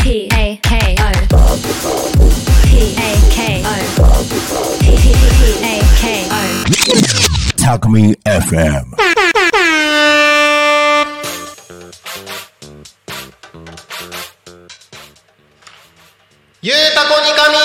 タコミ FM。 ゆうたこにかみ。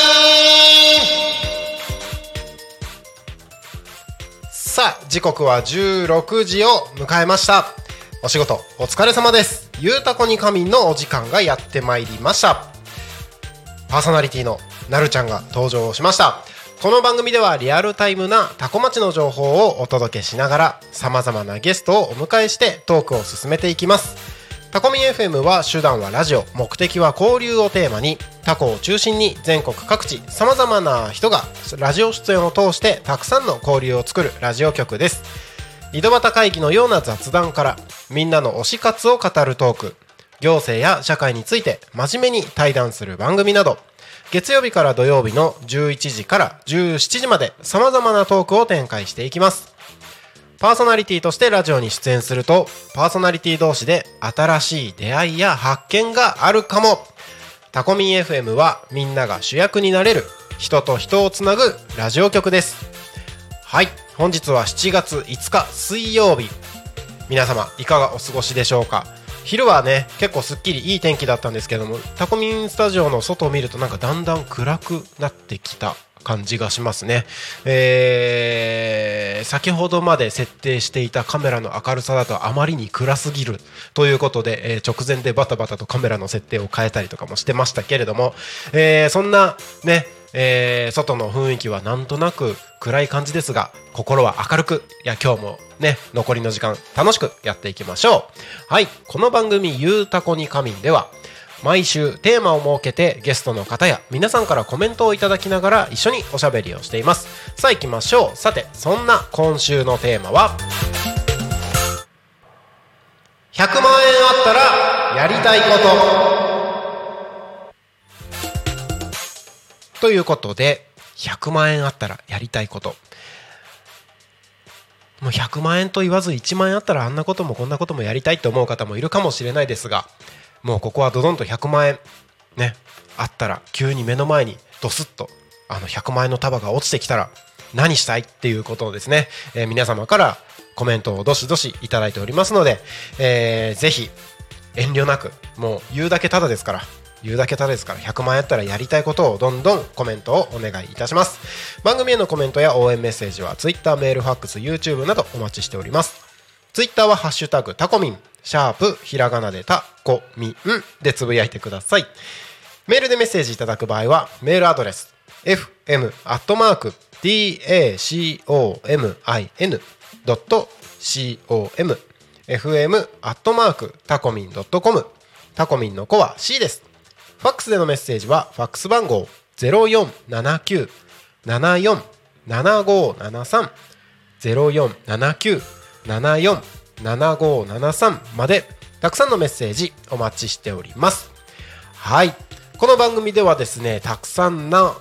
さあ時刻は16時を迎えました。お仕事お疲れ様です。ゆうたこにかみのお時間がやってまいりました。パーソナリティのなるちゃんが登場しました。この番組ではリアルタイムなタコ町の情報をお届けしながら様々なゲストをお迎えしてトークを進めていきます。タコミ FM は手段はラジオ、目的は交流をテーマにタコを中心に全国各地様々な人がラジオ出演を通してたくさんの交流を作るラジオ局です。井戸端会議のような雑談からみんなの推し活を語るトーク、行政や社会について真面目に対談する番組など、月曜日から土曜日の11時から17時まで様々なトークを展開していきます。パーソナリティとしてラジオに出演するとパーソナリティ同士で新しい出会いや発見があるかも。タコミン FM はみんなが主役になれる人と人をつなぐラジオ局です。はい、本日は7月5日水曜日、皆様いかがお過ごしでしょうか。昼はね結構すっきりいい天気だったんですけども、タコミンスタジオの外を見るとなんかだんだん暗くなってきた感じがしますね。先ほどまで設定していたカメラの明るさだとあまりに暗すぎるということで、直前でバタバタとカメラの設定を変えたりとかもしてましたけれども、そんなね、外の雰囲気はなんとなく暗い感じですが、心は明るく、今日もね残りの時間楽しくやっていきましょう。はい、この番組ゆうたこにかみんでは毎週テーマを設けてゲストの方や皆さんからコメントをいただきながら一緒におしゃべりをしています。さあ行きましょう。さてそんな今週のテーマは100万円あったらやりたいことということで、100万円あったらやりたいこと、もう100万円と言わず1万円あったらあんなこともこんなこともやりたいと思う方もいるかもしれないですが、もうここはドドンと100万円ねあったら急に目の前にドスッと100万円の束が落ちてきたら何したいっていうことをですね、皆様からコメントをどしどしいただいておりますので、ぜひ遠慮なく、もう言うだけただですから100万円やったらやりたいことをどんどんコメントをお願いいたします。番組へのコメントや応援メッセージは Twitter、メール、ファックス、YouTube などお待ちしております。 Twitter はハッシュタグタコミン#ひらがなでタコミンでつぶやいてください。メールでメッセージいただく場合はメールアドレス fm@tacomin.com fm@tacomin.com タコミンの子は C です。ファックスでのメッセージはファックス番号 0479747573 0479747573 までたくさんのメッセージお待ちしております。はい、この番組ではですねたくさんの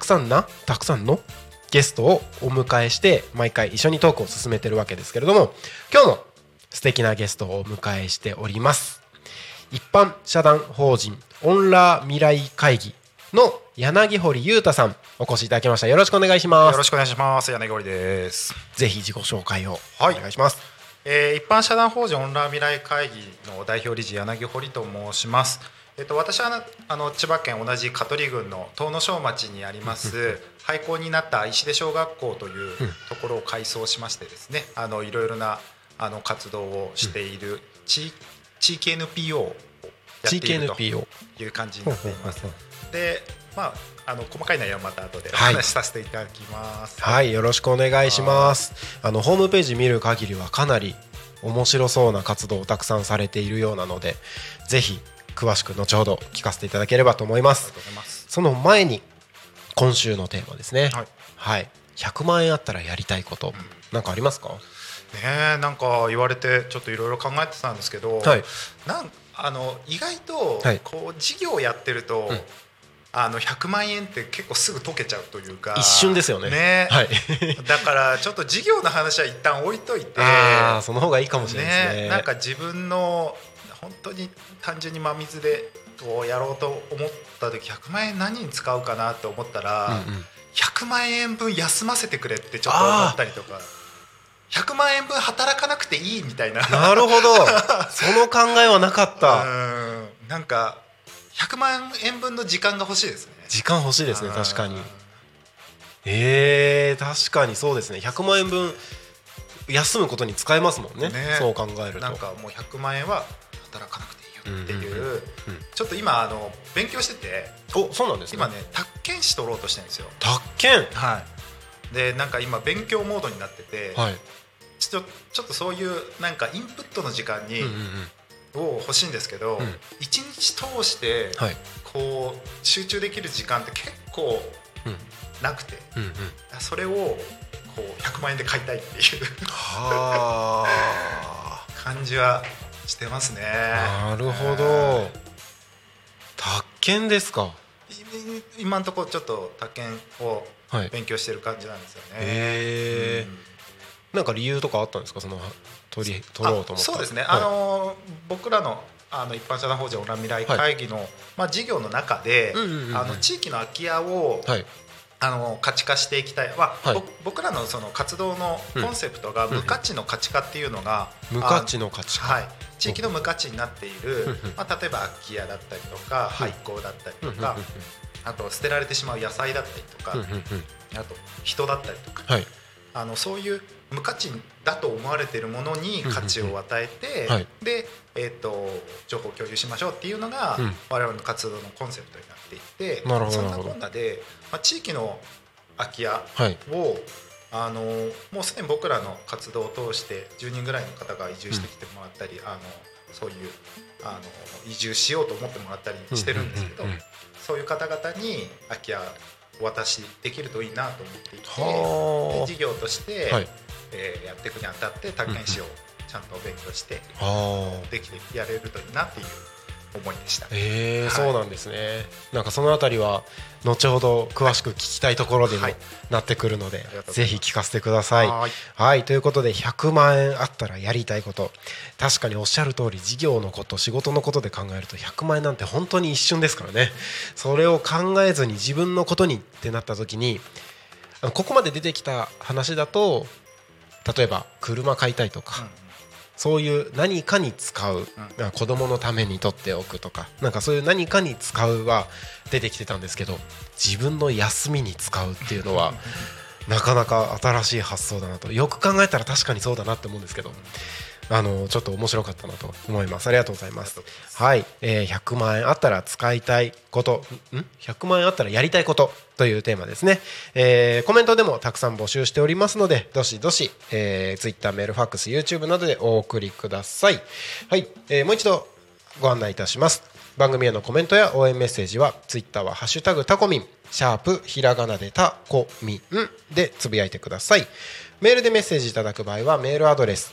ゲストをお迎えして毎回一緒にトークを進めてるわけですけれども、今日も素敵なゲストをお迎えしております。一般社団法人オンラー未来会議の柳堀裕太さんお越しいただきました。よろしくお願いします。 よろしくお願いします。柳堀です。 ぜひ自己紹介をお願いします。 一般社団法人オンラー未来会議の代表理事柳堀と申します。私は千葉県同じ香取郡の東野庄町にあります廃校になった石出小学校というところを改装しましてですね、いろいろな活動をしている地域 NPO をやっているという感じになっています。で、細かい内容はまた後でお話しさせていただきます。 はい、よろしくお願いします。ホームページ見る限りはかなり面白そうな活動をたくさんされているようなので、ぜひ詳しく後ほど聞かせていただければと思います。その前に今週のテーマですね。はい、100万円あったらやりたいこと、なんかありますか？ なんか言われてちょっといろいろ考えてたんですけど、意外とこう事業をやってると、100万円って結構すぐ溶けちゃうというか、 一瞬ですよね。 だからちょっと事業の話は一旦置いといて、 その方がいいかもしれないですね。 なんか自分の本当に単純に真水でをやろうと思った時100万円何に使うかなと思ったら、100万円分休ませてくれってちょっと思ったりとか、100万円分働かなくていいみたいな。 なるほどその考えはなかった。 なんか100万円分の時間が欲しいですね。 時間欲しいですね、確かに。確かにそうですね。100万円分休むことに使えますもんね。そう考えるとなんかもう100万円は働かなくていいよっていう、ちょっと今勉強してて。 そうなんですね。 今ね宅建士取ろうとしてるんですよ。 宅建。 でなんか今勉強モードになってて、ちょっとそういうなんかインプットの時間にを欲しいんですけど、一日通してこう集中できる時間って結構なくて、それをこう100万円で買いたいっていう感じはしてますね。 なるほど。宅建ですか。 今のところちょっと宅建を勉強してる感じなんですよね。 なんか理由とかあったんですか、その取ろうと思った。 そうですね、僕らの一般社団法人オンライン未来会議の事業の中で地域の空き家を価値化していきたい。僕らのその活動のコンセプトが無価値の価値化っていうのが、 無価値の価値化、 地域の無価値になっている、例えば空き家だったりとか廃校だったりとか、あと捨てられてしまう野菜だったりとか、あと人だったりとか、そういう無価値だと思われているものに価値を与えて、で、情報を共有しましょうっていうのが我々の活動のコンセプトになっていて、そんなこんなで、地域の空き家を、もうすでに僕らの活動を通して10人ぐらいの方が移住してきてもらったり、そういう移住しようと思ってもらったりしてるんですけど、そういう方々に空き家お渡しできるといいなと思っていて、で事業として、やっていくにあたって宅建士をちゃんと勉強してできてやれるといいなっていう思いでした。 そうなんですね。なんかそのあたりは後ほど詳しく聞きたいところでもなってくるので、ぜひ聞かせてください。ということで100万円あったらやりたいこと、確かにおっしゃる通り事業のこと、仕事のことで考えると100万円なんて本当に一瞬ですからね。それを考えずに自分のことにってなった時に、ここまで出てきた話だと、例えば車買いたいとか、そういう何かに使う、子供のために取っておくとか、なんかそういう何かに使うは出てきてたんですけど、自分の休みに使うっていうのはなかなか新しい発想だなと。よく考えたら確かにそうだなって思うんですけど、ちょっと面白かったなと思います。ありがとうございます。100万円あったら使いたいこと、100万円あったらやりたいことというテーマですね。コメントでもたくさん募集しておりますので、どしどし、Twitter、メール、ファックス、YouTube などでお送りください。もう一度ご案内いたします。番組へのコメントや応援メッセージは Twitter はハッシュタグタコミン#ひらがなでタコミンでつぶやいてください。メールでメッセージいただく場合はメールアドレス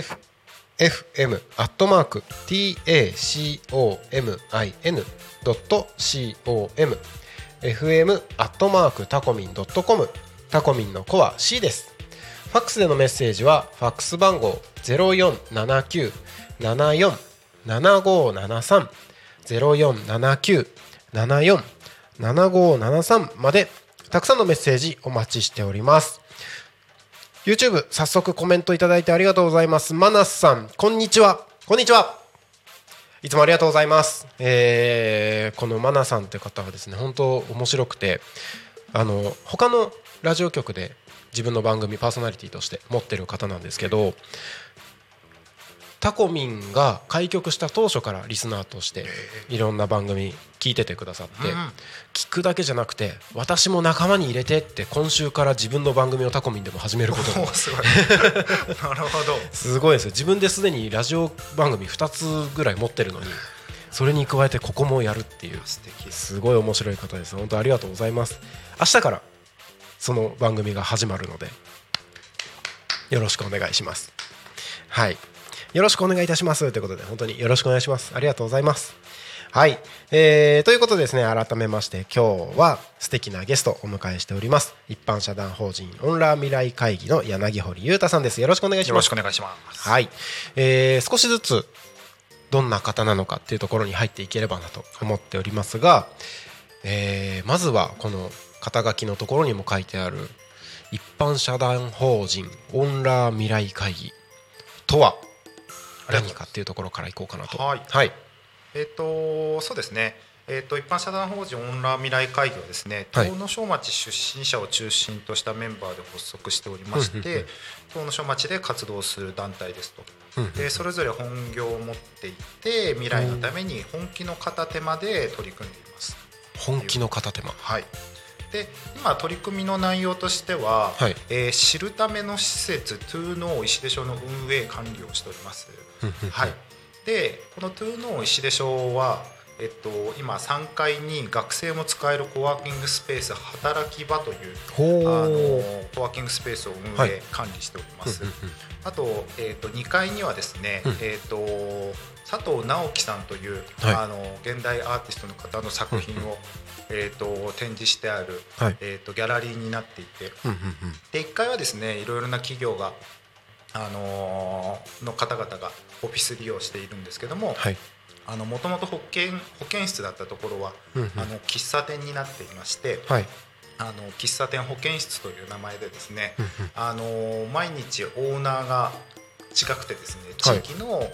fm@tacomin.com fm@tacomin.com タコミンの子は C です。ファックスでのメッセージはファックス番号 0479747573 0479747573 までたくさんのメッセージお待ちしております。YouTube 早速コメントいただいてありがとうございます。マナスさん、こんにちは。こんにちは。いつもありがとうございます。このマナさんって方はですね、本当面白くて、他のラジオ局で自分の番組パーソナリティとして持ってる方なんですけど、タコミンが開局した当初からリスナーとしていろんな番組聞いててくださって、聞くだけじゃなくて私も仲間に入れてって今週から自分の番組をタコミンでも始めることがすごいなるほど、 すごいですよ。自分ですでにラジオ番組2つぐらい持ってるのに、それに加えてここもやるっていう、すごい面白い方です。本当ありがとうございます。明日からその番組が始まるのでよろしくお願いします。よろしくお願いいたしますということで、本当によろしくお願いします。ありがとうございます。ということでですね、改めまして今日は素敵なゲストをお迎えしております。一般社団法人オンラー未来会議の柳堀裕太さんです。よろしくお願いします。 よろしくお願いします。 少しずつどんな方なのかっていうところに入っていければなと思っておりますが、まずはこの肩書きのところにも書いてある一般社団法人オンラー未来会議とは何かっていうところからいこうかなと。 はい、 はい、 そうですね、一般社団法人オンラー未来会議はですね、東野小町出身者を中心としたメンバーで発足しておりまして、東野小町で活動する団体ですと。でそれぞれ本業を持っていて、未来のために本気の片手間で取り組んでいます。 本気の片手間。 はい。で今取り組みの内容としては、 はい、 知るための施設 ToKnow 石出所の運営管理をしております。はい。でこの ToKnow 石出所は、今3階に学生も使えるコワーキングスペース働き場というコワーキングスペースを運営、管理しております。あと、2階にはですね、佐藤直樹さんという、現代アーティストの方の作品を、展示してある、ギャラリーになっていて、で1階はですねいろいろな企業が、の方々がオフィス利用しているんですけども、もともと保健室だったところは、喫茶店になっていまして、喫茶店保健室という名前でですね、毎日オーナーが違くてですね、地域の、オ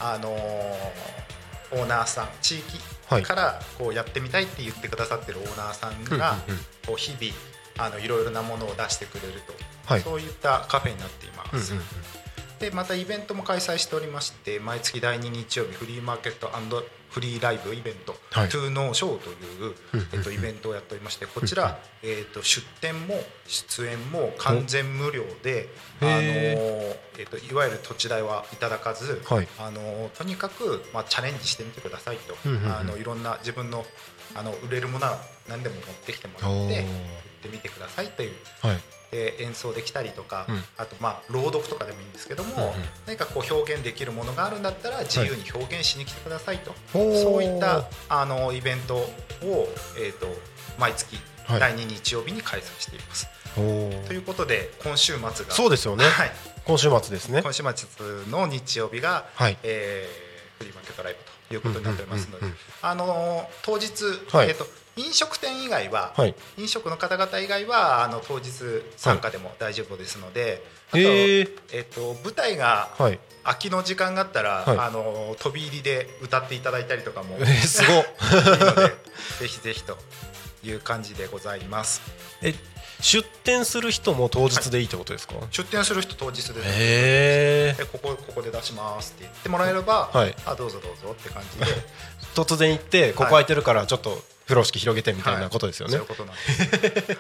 ーナーさん、地域からこうやってみたいって言ってくださってるオーナーさんがこう日々いろいろなものを出してくれると、そういったカフェになっています。でまたイベントも開催しておりまして、毎月第2日曜日フリーマーケット&フリーライブイベント、ToKnowショーという、イベントをやっておりまして、こちら、出店も出演も完全無料で、いわゆる土地代はいただかず、とにかく、チャレンジしてみてくださいと、いろんな自分の売れるものは何でも持ってきてもらって売ってみてくださいという。演奏できたりとか、あと朗読とかでもいいんですけども、何かこう表現できるものがあるんだったら自由に表現しに来てくださいと、そういったイベントを、毎月第2日曜日に開催しています。ということで今週末がそうですよね、今週末ですね。 今週末の日曜日が、フリーマーケットライブということになっておりますので、当日、飲食店以外は、飲食の方々以外は当日参加でも大丈夫ですので、あと、舞台が空きの時間があったら、飛び入りで歌っていただいたりとかもすごいいのでぜひぜひという感じでございます。 出店する人も当日でいいってことですか？ 出店する人当日で、ここで出しますって言ってもらえれば、どうぞどうぞって感じで突然行ってここ空いてるからちょっと風呂敷広げてみたいなことですよね。 そういうことなんです。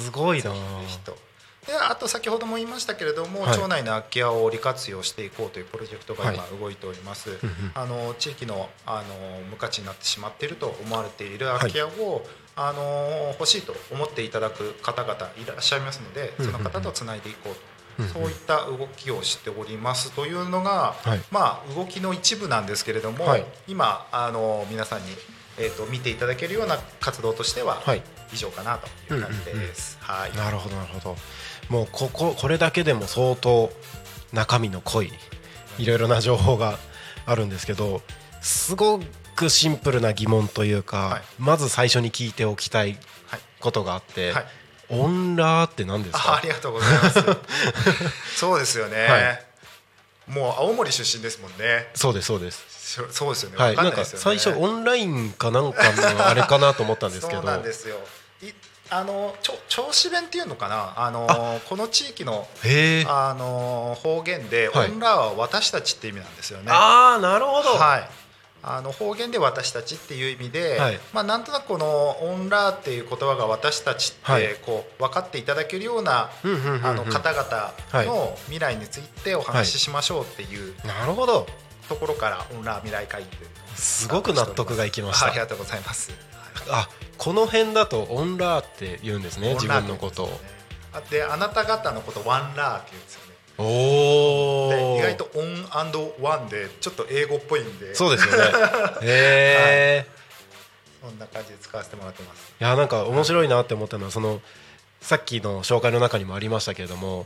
すごいな。 であと先ほども言いましたけれども、町内の空き家を利活用していこうというプロジェクトが今動いております。地域の無価値になってしまっていると思われている空き家を欲しいと思っていただく方々いらっしゃいますので、その方とつないでいこうと、そういった動きをしておりますというのが、動きの一部なんですけれども、今皆さんに見ていただけるような活動としては以上かなという感じです。 なるほどなるほど。もうこれだけでも相当中身の濃いいろいろな情報があるんですけど、すごくシンプルな疑問というか、まず最初に聞いておきたいことがあって、オンラーって何ですか？ ありがとうございます。そうですよね、もう青森出身ですもんね。 そうですそうです。 そうですよね。分かんないですよね。 なんか最初オンラインかなんかのあれかなと思ったんですけど。 そうなんですよ。銚子弁っていうのかな、この地域の方言で、オンラーは私たちって意味なんですよね。 ああ、なるほど。 方言で私たちっていう意味で、なんとなくこのオンラーっていう言葉が私たちってこう分かっていただけるような方々の未来についてお話ししましょうっていうところからオンラー未来会議すごく納得がいきました。 ありがとうございます。 この辺だとオンラーって言うんですね、自分のことを。 であなた方のことワンラーって言うんですよね。 で意外とオン&ワンでちょっと英語っぽいんで。 そうですよね。 そんな感じで使わせてもらってます。 いや、なんか面白いなって思ったのは、さっきの紹介の中にもありましたけれども、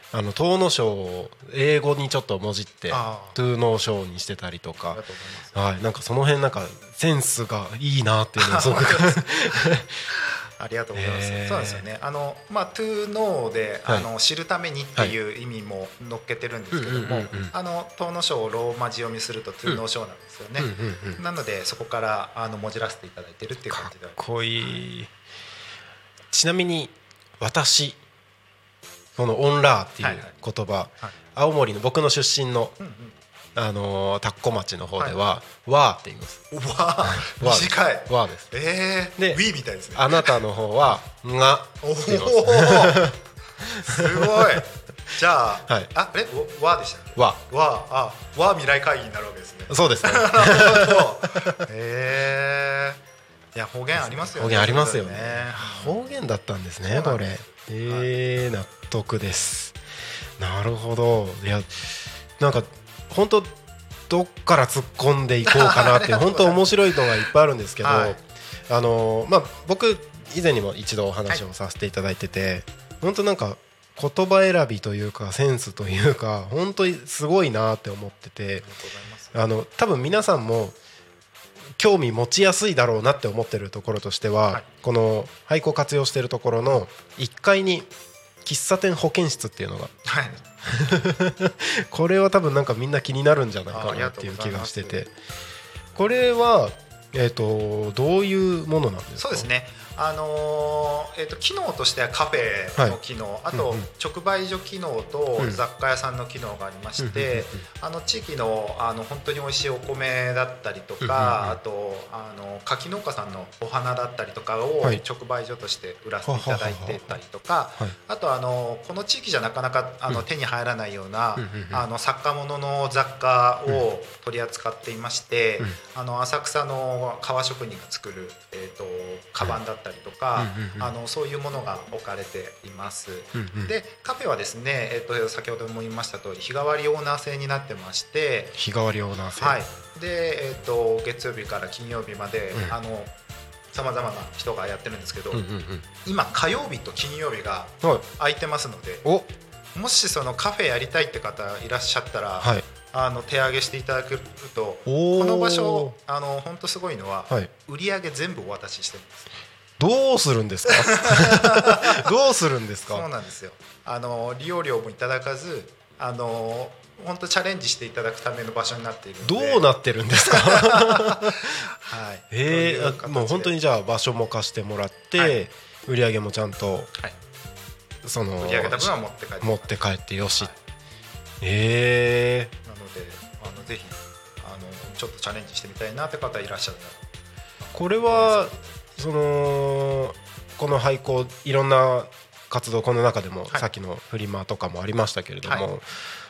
東野省を英語にちょっともじってあートゥーノーショーにしてたりとかありがとうございます。 はい、なんかその辺なんかセンスがいいなっていうのをすごくありがとうございます。 へーそうなんですよね。to know で、 はい知るためにっていう意味も乗っけてるんですけども、 うんうんうんうん東野省をローマ字読みすると to know 省なんですよね。 うんうんうんなのでそこからもじらせていただいてるっていうかっ感じではこいい。ちなみに私このオンラーっていう言葉、 はい青森の僕の出身のうんうん田子町の方ではわーって言います。 うわーわー短い。 わーです。でウィーみたいですね。 あなたの方はがおおって言いますすごい。じゃあ、 はいあれわでしたっけ？ わわ未来会議になるわけですね。 そうですね。 なるほど。いや方言ありますよね。 方言ありますよね。 うん方言だったんですねそうなこんですれ。納得です。なるほど。いやなんか本当どっから突っ込んでいこうかなって本当面白いのがいっぱいあるんですけど、 はい僕以前にも一度お話をさせていただいてて、本当なんか言葉選びというかセンスというか本当にすごいなって思ってて、 ありがとうございます。 多分皆さんも興味持ちやすいだろうなって思ってるところとしては、 はいこの俳句を活用しているところの1階に喫茶店保健室っていうのがはい。 これは多分なんかみんな気になるんじゃないかなっていう気がしてて、これはどういうものなんですか？ そうですね。機能としてはカフェの機能、あと直売所機能と雑貨屋さんの機能がありまして、地域の本当に美味しいお米だったりとか、あと柿農家さんのお花だったりとかをはい直売所として売らせていただいてたりとか、 はいあとこの地域じゃなかなか手に入らないような作家物の雑貨を取り扱っていまして、浅草の革職人が作るカバンだったりとか、そういうものが置かれています。でカフェはですね、先ほども言いました通り日替わりオーナー制になってまして、 日替わりオーナー制、 はい、で、月曜日から金曜日まで、さまざまな人がやってるんですけど、今火曜日と金曜日がはい空いてますので、 おもしそのカフェやりたいって方いらっしゃったら、 はい手挙げしていただけると、 おーこの場所本当すごいのは、 はい売り上げ全部お渡ししてるんです。 どうするんですか？どうするんですそうか？ なんですよ。利用料もいただかず、本当チャレンジしていただくための場所になっているので。 どうなってるんですか？ はい。という形でもう本当にじゃあ場所も貸してもらって、 はい売り上げもちゃんとはい、 その売り上げた分は持って帰って持って帰ってよし、 はいへえなのでぜひちょっとチャレンジしてみたいなって方いらっしゃったら、 これはそのこの廃校いろんな活動この中でも、 はいさっきのフリマとかもありましたけれども、 はい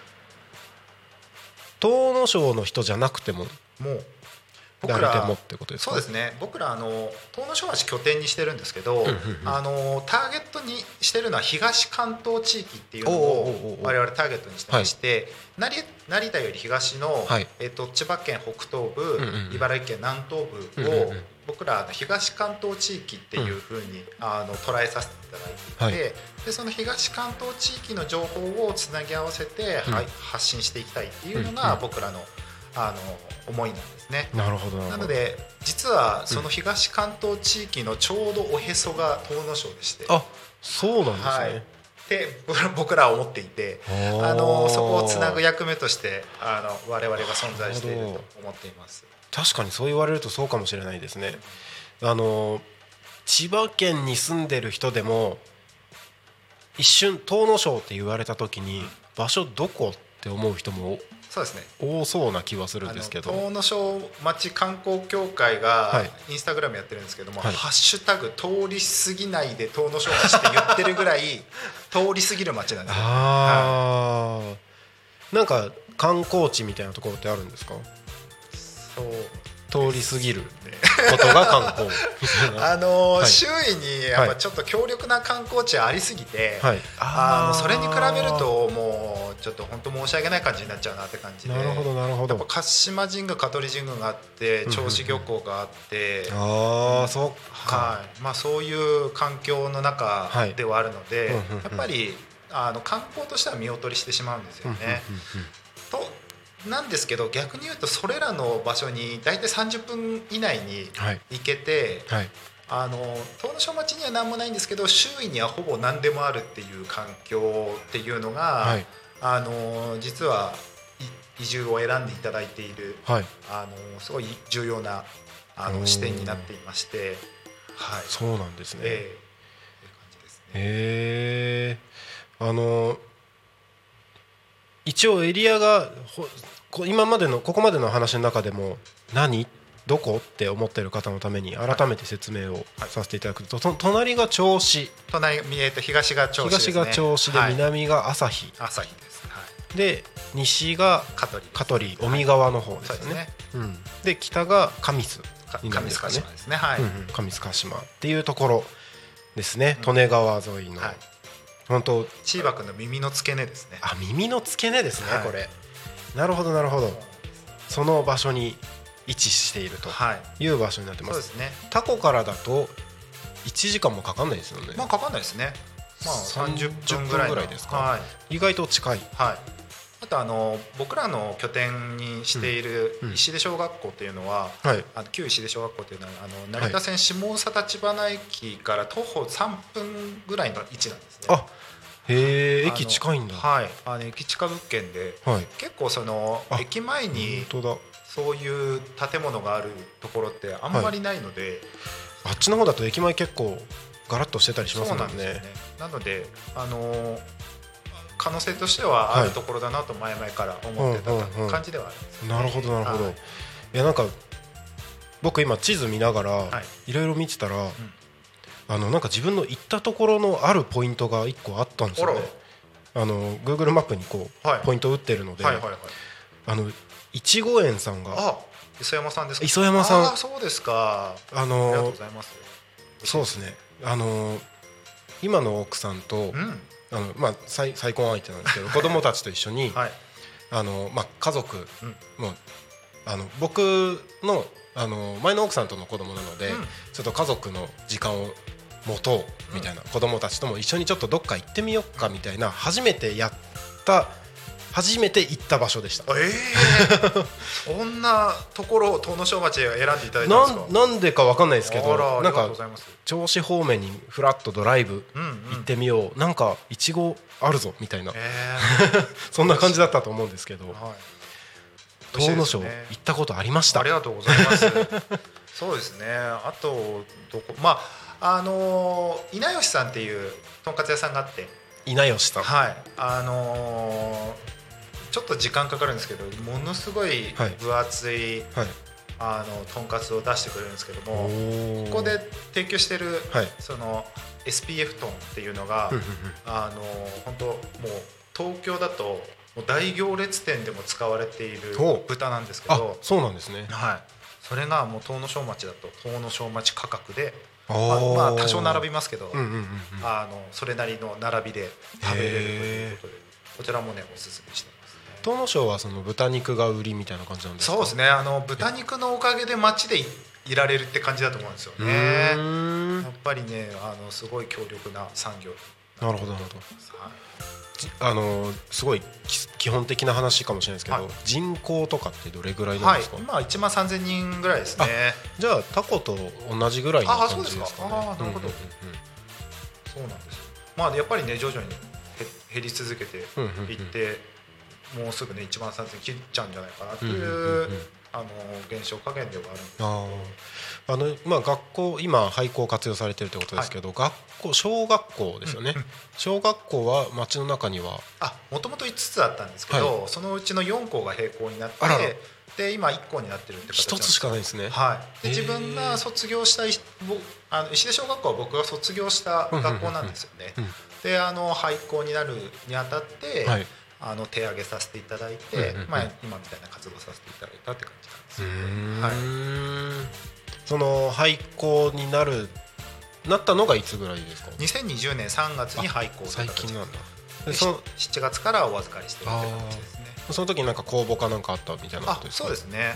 東野省の人じゃなくてももう僕ら誰でもってことですか？ そうですね。僕ら東野省町拠点にしてるんですけど、ターゲットにしてるのは東関東地域っていうのを我々ターゲットにしてまして、成田より東の、 はい千葉県北東部、茨城県南東部を、僕ら東関東地域っていうふうに捉えさせていただいていて、でその東関東地域の情報をつなぎ合わせて、発信していきたいっていうのが僕らの思いなんですね。 なるほど。 なので実はその東関東地域のちょうどおへそが東野省でして、 あ、そうなんですね。 はい、って僕らは思っていて、そこをつなぐ役目として我々が存在していると思っています。 確かにそう言われるとそうかもしれないですね。千葉県に住んでる人でも一瞬東野省って言われた時に場所どこって思う人もそうですね。 多そうな気はするんですけど、 東野省町観光協会がインスタグラムやってるんですけども、ハッシュタグ通り過ぎないで東野省町って言ってるぐらい通り過ぎる町なんですよ。 なんか観光地みたいなところってあるんですか？ そう通り過ぎることが観光周囲にやっぱちょっと強力な観光地ありすぎて、それに比べるともうちょっと本当申し訳ない感じになっちゃうなって感じで。 なるほどなるほど。 やっぱ鹿島神宮香取神宮があって銚子漁港があって、 そうか、 そういう環境の中ではあるので、やっぱり観光としては見劣りしてしまうんですよね。となんですけど逆に言うとそれらの場所に大体30分以内に行けて、遠野小町には何もないんですけど周囲にはほぼ何でもあるっていう環境っていうのが、実は移住を選んでいただいている、すごい重要な視点になっていまして、 そうなんですね。 いう感じですね。 一応エリアが今までのここまでの話の中でもどこって思ってる方のために改めて説明をさせていただくと、隣が銚子、 東が銚子ですね。 東が銚子で南が旭です、 で西が香取小見川の方ですよね。で北が神栖になるんですかね。神栖鹿島っていうところですね。利根川沿いの本当千葉君の耳の付け根ですね。 耳の付け根ですね、これ。なるほどなるほど。その場所に位置しているという場所になってます。 そうですね。 タコからだと1時間もかかんないですよね。 かかんないですね。30分ぐらいですか。 意外と近い。 あと僕らの拠点にしている石出小学校というのは、旧石出小学校というのは成田線下総立花駅から徒歩3分ぐらいの位置なんですね。 へえ、駅近いんだ。 駅近物件で、結構駅前にそういう建物があるところってあんまりないので、 あっちの方だと駅前結構ガラッとしてたりしますもんね。 そうなんですよね。なので可能性としてはあるところだなと前々から思ってた感じではあるんですよね。 なるほどなるほど。いやなんか僕今地図見ながらいろいろ見てたら、なんか自分の行ったところのあるポイントが1個あったんですよね。Google マップにこうポイント打ってるので、いちご園さんが磯山さんですか。 磯山さん。 そうですか。ありがとうございます。 そうですね。今の奥さんと再婚相手なんですけど子供たちと一緒に家族も僕の前の奥さんとの子供なのでちょっと家族の時間を持とうみたいな、子供たちとも一緒にちょっとどっか行ってみようかみたいな初めて行った場所でした。 そんなところを遠野小町へ選んでいただいたんですか。 なんでか分かんないですけど、 なんか銚子方面にフラッとドライブ行ってみよう、なんかいちごあるぞみたいな、そんな感じだったと思うんですけど、遠野小行ったことありました。 ありがとうございます。そうですね。あと稲吉さんっていうとんかつ屋さんがあって、 稲吉さん、 ちょっと時間かかるんですけどものすごい分厚い、とんかつを出してくれるんですけども、ここで提供してる、その SPF トンっていうのが本当もう東京だともう大行列店でも使われている豚なんですけど、 そうなんですね。 それがもう遠野小町だと遠野小町価格で多少並びますけど、それなりの並びで食べれるということで、こちらもねおすすめしてます。 遠野小はその豚肉が売りみたいな感じなんですか。 そうですね。豚肉のおかげで町でいられるって感じだと思うんですよね。やっぱりねすごい強力な産業。 なるほどなるほど。すごい基本的な話かもしれないですけど、人口とかってどれぐらいなんですか。 今1万3000人ぐらいですね。 じゃあタコと同じぐらいの感じですかね。 なるほど。そうなんです。やっぱりね徐々に減り続けていってもうすぐね1万3000切っちゃうんじゃないかなという現象加減ではあるんですけど、 学校今廃校活用されてるということですけど、小学校ですよね。小学校は町の中にはもともと5つあったんですけど、そのうちの4校が閉校になって、で今1校になってるって形なんです。 1つしかないですね。 で自分が卒業した石出小学校は僕が卒業した学校なんですよね。で廃校になるにあたって手上げさせていただいて、今みたいな活動させていただいたって感じなんです。 その廃校になったのがいつぐらいですか。 2020年3月に廃校。 最近なんだ。 7月からお預かりしてるって感じですね。 その時なんか公募かなんかあったみたいなことですか。 そうですね。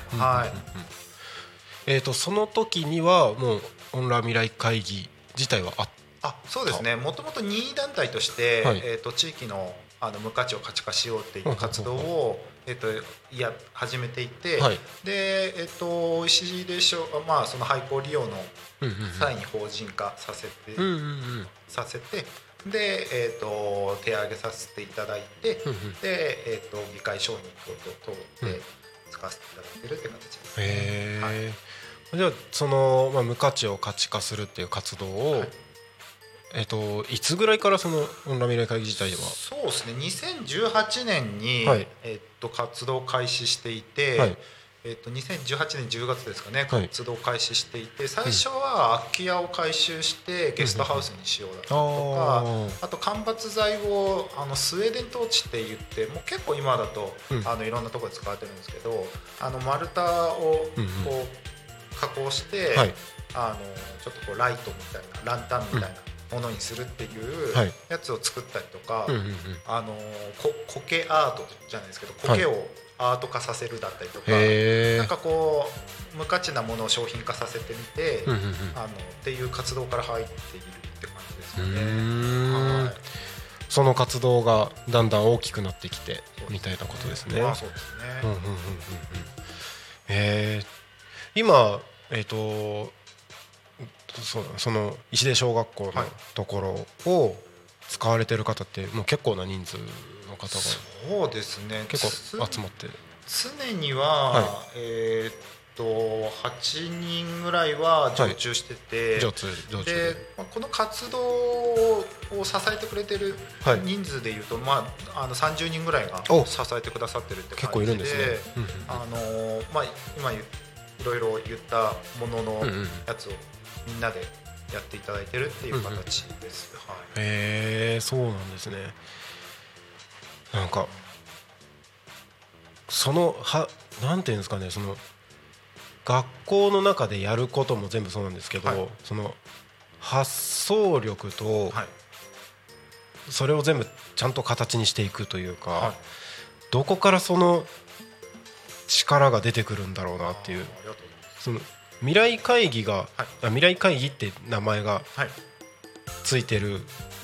その時にはもうオンラー未来会議自体はあっそうですね。もともと任意団体として、 はい地域の無価値を価値化しようっていう活動を始めていて、 はいで石出商その廃校利用のうんうん際に法人化させて、 うんうんうんで手上げさせていただいて、 うんうんで議会承認等々通って使わせていただいてるって形ですね。 へーじゃあその、無価値を価値化するっていう活動を、 はいいつぐらいからそのオンラー未来会議自体は。 そうですね。2018年に、 はい活動を開始していて、 はい 2018年10月ですかね、 はい活動を開始していて、最初は空き家を改修してゲストハウスにしようだったりとか、あと間伐材をスウェーデントーチって言って、もう結構今だと、いろんなところで使われてるんですけど、丸太をこう加工して、 はいちょっとこうライトみたいなランタンみたいなものにするっていうはいやつを作ったりとか、 うんうんうん苔アートじゃないですけど、苔をアート化させるだったりとか、 へーなんかこう無価値なものを商品化させてみて、 うんうんうんっていう活動から入っているって感じですようね。 ーんはいその活動がだんだん大きくなってきてみたいなことですね。 そうですね。 うんうんうんうんうん今その石出小学校のところを使われてる方ってもう結構な人数の方がそうですね。 結構集まって常には、8人ぐらいは常駐してて、 常駐でこの活動を支えてくれてる人数でいうと、30人ぐらいが支えてくださってるって結構感じで、 いるんですね。 今いろいろ言ったもののうんうんやつをみんなでやっていただいてるっていう形です。 へえ、そうなんですね。なんかなんていうんですかね、その学校の中でやることも全部そうなんですけど、 はいその発想力と、 はいそれを全部ちゃんと形にしていくというか、 はいどこからその力が出てくるんだろうなっていう。 ありがとうございます。 その未来会議が、未来会議って名前がはいついてる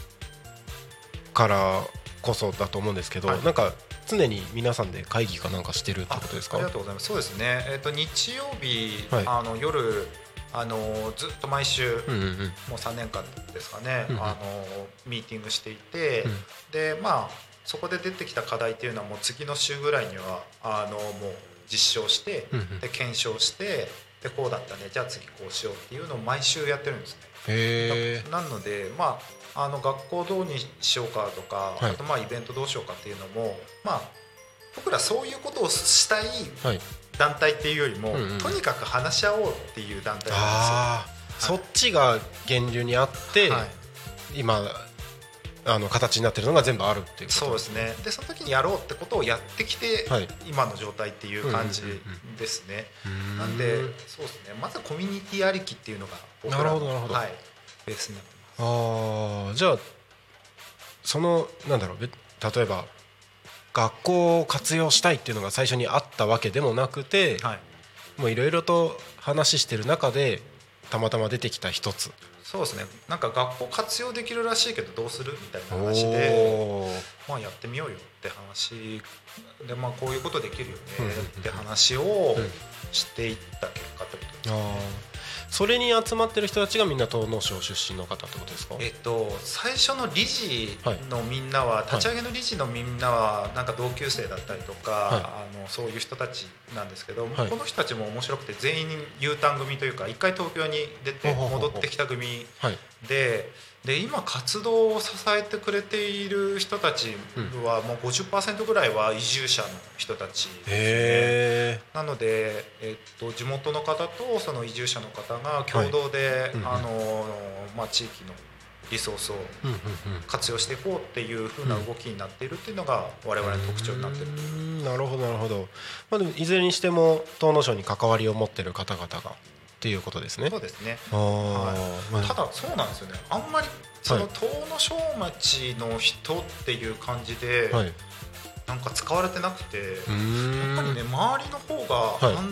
からこそだと思うんですけど、なんか常に皆さんで会議かなんかしてるってことですか？ ありがとうございます。そうですね。日曜日、 はい夜ずっと毎週、 うんうんうんもう3年間ですかね、 うんうんミーティングしていて、でそこで出てきた課題っていうのはもう次の週ぐらいにはもう実証して、 うんうんで検証してでこうだったね、じゃあ次こうしようっていうのを毎週やってるんですね。 へなので学校どうにしようかとか、 はいあとイベントどうしようかっていうのも僕らそういうことをしたいはい団体っていうよりも、 うんうんとにかく話し合おうっていう団体なんあー、そっちが源流にあって、 はい今形になってるのが全部あるっていうことそうですね。でその時にやろうってことをやってきて、 はい今の状態っていう感じですね。なんでそうですね、まずコミュニティありきっていうのが僕らのなるほどなるほどはい、ベースになってます。 ああ、じゃあそのなんだろう、例えば学校を活用したいっていうのが最初にあったわけでもなくて、 はいもういろいろと話してる中でたまたま出てきた一つ。 そうですね。なんか学校活用できるらしいけどどうするみたいな話で、やってみようよって話で、こういうことできるよねって話をしていった結果ってことですね。 それに集まってる人たちがみんな東農省出身の方ってことですか？ 最初の理事のみんなは、立ち上げの理事のみんなはなんか同級生だったりとか、そういう人たちなんですけど、この人たちも面白くて全員 U ターン組というか、一回東京に出て戻ってきた組で、今活動を支えてくれている人たちはもう 50% ぐらいは移住者の人たちですね。なので、地元の方とその移住者の方が共同で、地域のリソースを活用していこうっていう風な動きになっているっていうのが我々の特徴になっている。 なるほどなるほど。でもいずれにしても東農省に関わりを持っている方々がっていうことですね。 そうですね。ただそうなんですよね。あんまりその東農省町の人っていう感じで、なんか使われてなくて、やっぱりね、周りの方が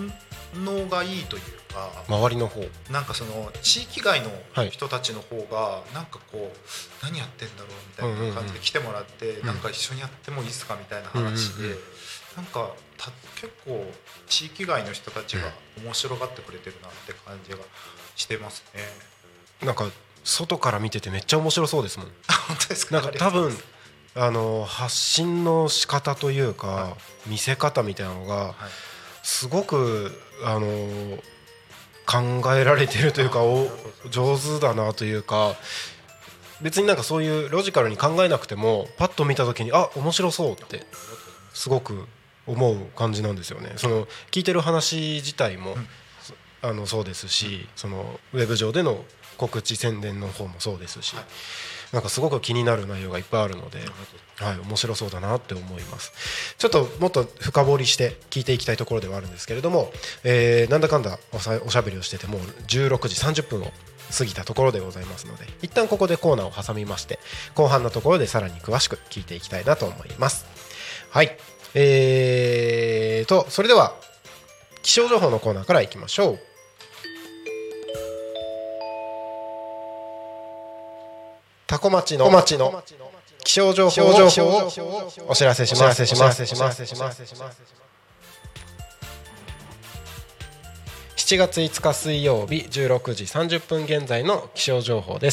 応がいいというか、 周りの方なんかその地域外の人たちの方がなんかこう何やってんだろうみたいな感じで来てもらって、なんか一緒にやってもいいですかみたいな話で、なんか結構地域外の人たちが面白がってくれてるなって感じがしてますね。 なんか外から見ててめっちゃ面白そうですもん。 本当ですか。 なんか多分発信の仕方というか、見せ方みたいなのがすごく考えられてるというか上手だなというか、別になんかそういうロジカルに考えなくてもパッと見た時に面白そうってすごく思う感じなんですよね。その聞いてる話自体もそうですし、そのウェブ上での告知宣伝の方もそうですし、なんかすごく気になる内容がいっぱいあるので、面白そうだなって思います。ちょっともっと深掘りして聞いていきたいところではあるんですけれども、なんだかんだおしゃべりをしててもう16時30分を過ぎたところでございますので、一旦ここでコーナーを挟みまして、後半のところでさらに詳しく聞いていきたいなと思います。はい、それでは気象情報のコーナーからいきましょう。多古町の気象情報をお知らせします。7月5日水曜日16時30分現在の気象情報です。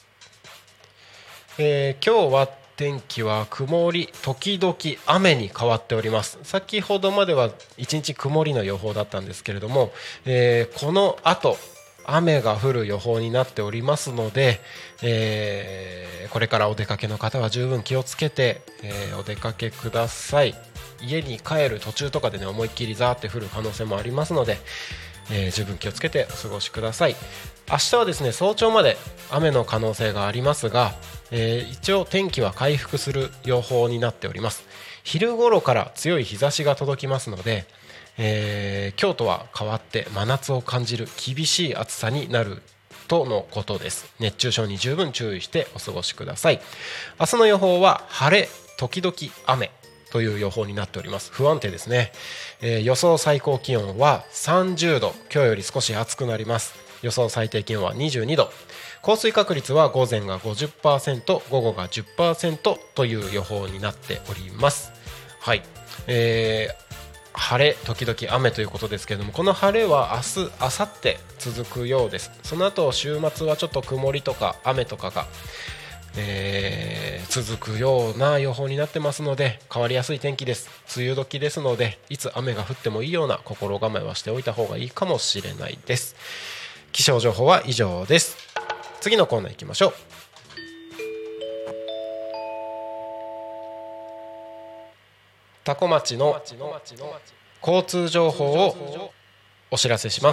今日は天気は曇り時々雨に変わっております。先ほどまでは1日曇りの予報だったんですけれども、この後雨が降る予報になっておりますので、これからお出かけの方は十分気をつけて、お出かけください。家に帰る途中とかでね、思いっきりザーって降る可能性もありますので、十分気をつけてお過ごしください。明日はですね、早朝まで雨の可能性がありますが、一応天気は回復する予報になっております。昼頃から強い日差しが届きますので、今日とは変わって真夏を感じる厳しい暑さになるとのことです。熱中症に十分注意してお過ごしください。明日の予報は晴れ時々雨という予報になっております。不安定ですね。予想最高気温は30度、今日より少し暑くなります。予想最低気温は22度、降水確率は午前が 50%、 午後が 10% という予報になっております。はい、晴れ時々雨ということですけれども、この晴れは明日明後日続くようです。その後週末はちょっと曇りとか雨とかが、続くような予報になってますので、変わりやすい天気です。梅雨時ですので、いつ雨が降ってもいいような心構えはしておいた方がいいかもしれないです。気象情報は以上です。次のコーナー行きましょう。多古町の交通情報をお知らせします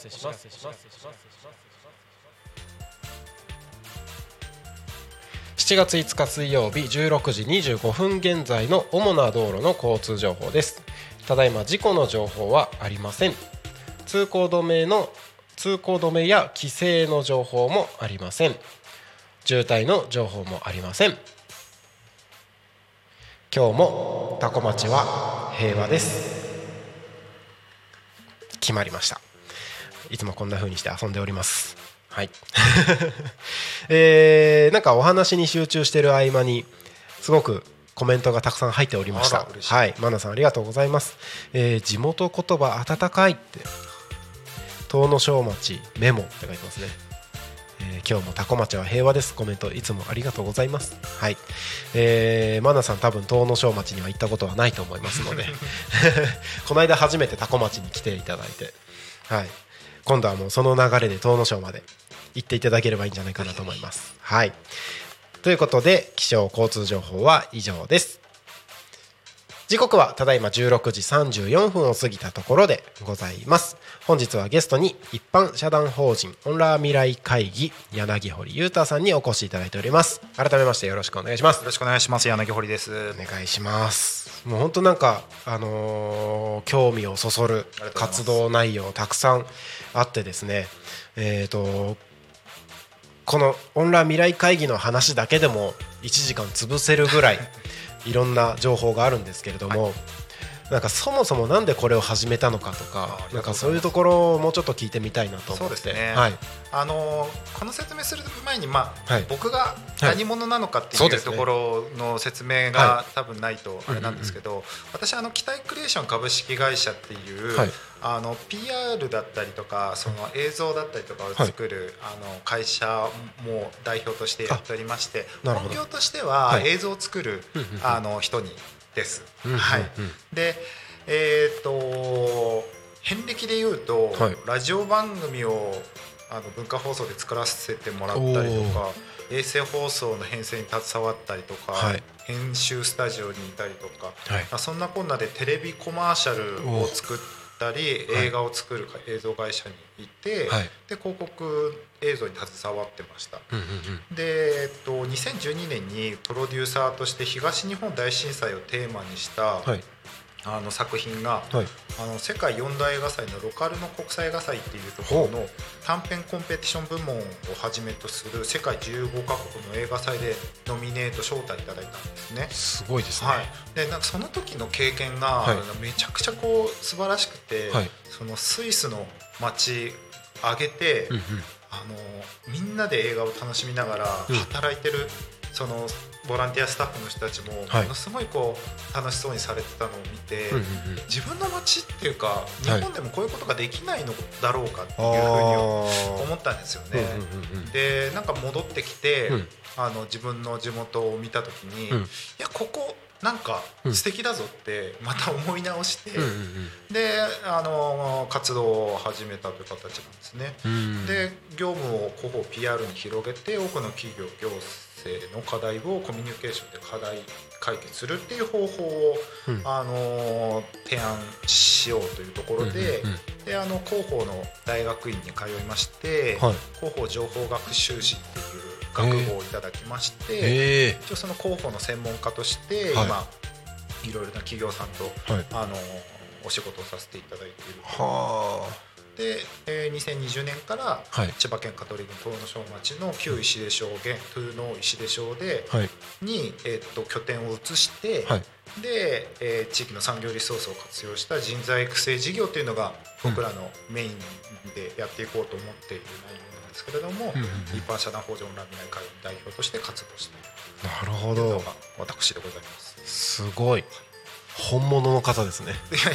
。7月5日水曜日16時25分現在の主な道路の交通情報です。ただいま事故の情報はありません。通行止めや規制の情報もありません。渋滞の情報もありません。今日も多古町は平和です。決まりました。いつもこんな風にして遊んでおります。はい、なんかお話に集中している合間にすごくコメントがたくさん入っておりました。はい、マナさんありがとうございます。地元言葉温かいって遠野小町メモって書いてますね。今日も多古町は平和です。コメントいつもありがとうございます。はい、マナさん多分遠野小町には行ったことはないと思いますのでこの間初めて多古町に来ていただいて、はい、今度はもうその流れで遠野小まで行っていただければいいんじゃないかなと思います。はい、ということで気象交通情報は以上です。時刻はただいま16時34分を過ぎたところでございます。本日はゲストに一般社団法人オンラー未来会議柳堀裕太さんにお越しいただいております。改めましてよろしくお願いします。 よろしくお願いします。柳堀です。 お願いします。もう本当なんか興味をそそる活動内容たくさんあってですね、このオンラー未来会議の話だけでも1時間潰せるぐらいいろんな情報があるんですけれども、 なんかそもそもなんでこれを始めたのかとか、なんかそういうところをもうちょっと聞いてみたいなと思って。 そうですね、 はい、 この説明する前に、僕が何者なのかっていうところの説明が多分ないとあれなんですけど、私期待クリエーション株式会社っていう、PR だったりとかその映像だったりとかを作る、会社も代表としてやっておりまして、本業としては映像を作る、人にです。はい、で遍歴でいうと、ラジオ番組を文化放送で作らせてもらったりとか、衛星放送の編成に携わったりとか、編集スタジオにいたりとか、そんなこんなでテレビコマーシャルを作ったり映画を作る映像会社にいて、で広告映像に携わってました。で2012年にプロデューサーとして東日本大震災をテーマにした作品が、世界4大映画祭のロカルの国際映画祭っていうところの短編コンペティション部門をはじめとする世界15カ国の映画祭でノミネート招待いただいたんですね。 すごいですね。 でなんかその時の経験がめちゃくちゃ素晴らしくて、そのスイスの街挙げて、みんなで映画を楽しみながら働いてる、そのボランティアスタッフの人たちもものすごい楽しそうにされてたのを見て、自分の街っていうか日本でもこういうことができないのだろうかっていうふうに思ったんですよね。でなんか戻ってきて、自分の地元を見た時に、いやここなんか素敵だぞってまた思い直して、で活動を始めたという形なんですね。で業務を広報 PR に広げて、多くの企業行政の課題をコミュニケーションで課題解決するっていう方法を、提案しようというところで、で広報の大学院に通いまして、広報情報学修士っていう学部をいただきまして、一応その広報の専門家として今いろいろな企業さんと、お仕事をさせていただいている。で2020年から千葉県香取郡東庄町の旧石出商現トゥーノー石出商でに拠点を移して、で地域の産業リソースを活用した人材育成事業というのが僕らのメインでやっていこうと思っている内容なんですけれども、一般社団法人オンライン未来会議代表として活動している。 なるほど。 私でございます。 すごい本物の方ですね。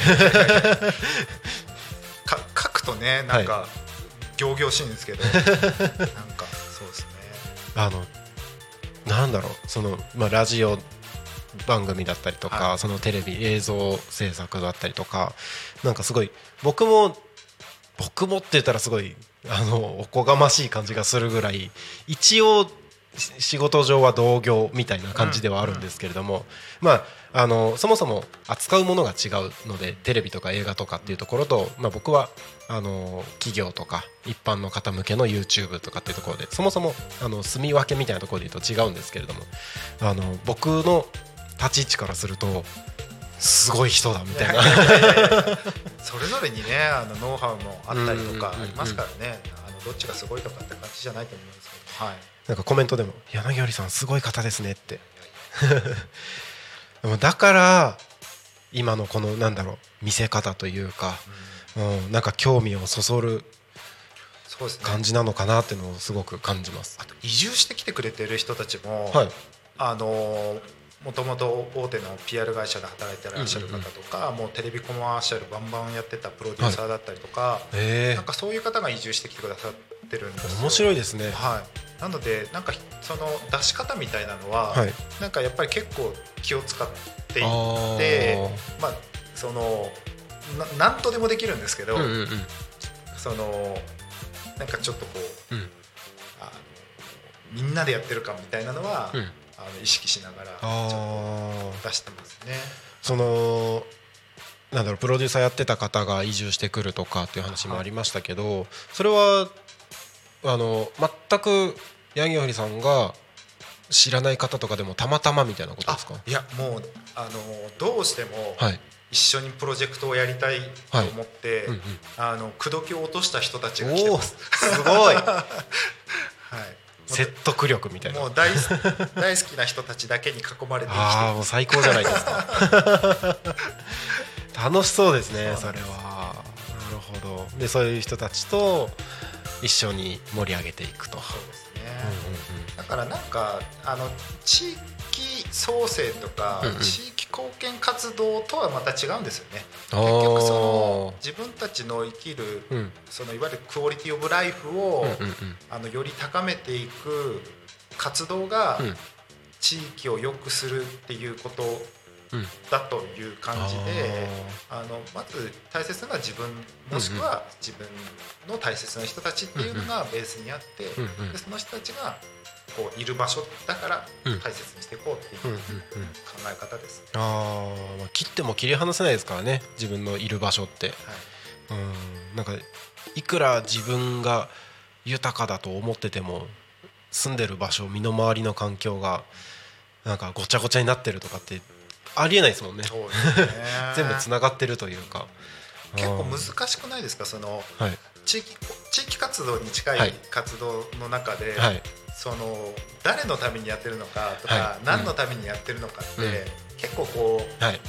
書くとねなんか仰々しいんですけど、なんかそうですね。 なんだろう、そのラジオ番組だったりとか、そのテレビ映像制作だったりとか、なんかすごい僕もって言ったらすごいおこがましい感じがするぐらい、一応仕事上は同業みたいな感じではあるんですけれども、そもそも扱うものが違うので、テレビとか映画とかっていうところと、僕は企業とか一般の方向けの YouTube とかっていうところで、そもそも住み分けみたいなところで言うと違うんですけれども、僕の立ち位置からするとすごい人だみたいなそれぞれにねノウハウもあったりとかありますからね、どっちがすごいとかって感じじゃないと思うんですけど、 なんかコメントでも柳織さんすごい方ですねってだから今のこのなんだろう見せ方というか、なんか興味をそそる感じなのかなっていうのをすごく感じます。 あと移住してきてくれてる人たちも、もともと大手の PR 会社で働いてらっしゃる方とか、もうテレビコマーシャルバンバンやってたプロデューサーだったりとか、なんかそういう方が移住してきてくださってるんですよ。 面白いですね。 なのでなんかその出し方みたいなのは、なんかやっぱり結構気を使っていって、その何とでもできるんですけど、そのなんかちょっとこう、みんなでやってるかみたいなのは、意識しながらちょっと出してますね。 そのなんだろう、プロデューサーやってた方が移住してくるとかっていう話もありましたけど、それは全く柳堀さんが知らない方とかでもたまたまみたいなことですか？ いやもうどうしても一緒にプロジェクトをやりたいと思って、口説きを落とした人たちが来てます。 すごい説得力みたいな。 もう大好きな人たちだけに囲まれて生きてます。 もう最高じゃないですか楽しそうですね。それそうなんですはなるほど。でそういう人たちと一緒に盛り上げていくと。 そうですね、 うんうんだからなんか地域創生とか、 うんうん地域貢献活動とはまた違うんですよね。 うん、 結局そのおー自分たちの生きる、 うんそのいわゆるクオリティオブライフを、 うんうんうんより高めていく活動がうん地域を良くするっていうことうんだという感じで、まず大切なのは自分もしくは自分の大切な人たちっていうのがベースにあって、 うんうんでその人たちがこういる場所だからうん大切にしていこうっていううんうんうん考え方です。 まあ切っても切り離せないですからね、自分のいる場所って。 はいなんかいくら自分が豊かだと思ってても、住んでる場所、身の回りの環境がなんかごちゃごちゃになってるとかってありえないですもんね。 そうですね全部つながってるというか。 結構難しくないですか、そのはい地域活動に近はいい活動の中で、 はいその誰のためにやってるのかとか、 はい何のためにやってるのかって、 うん結構こうはい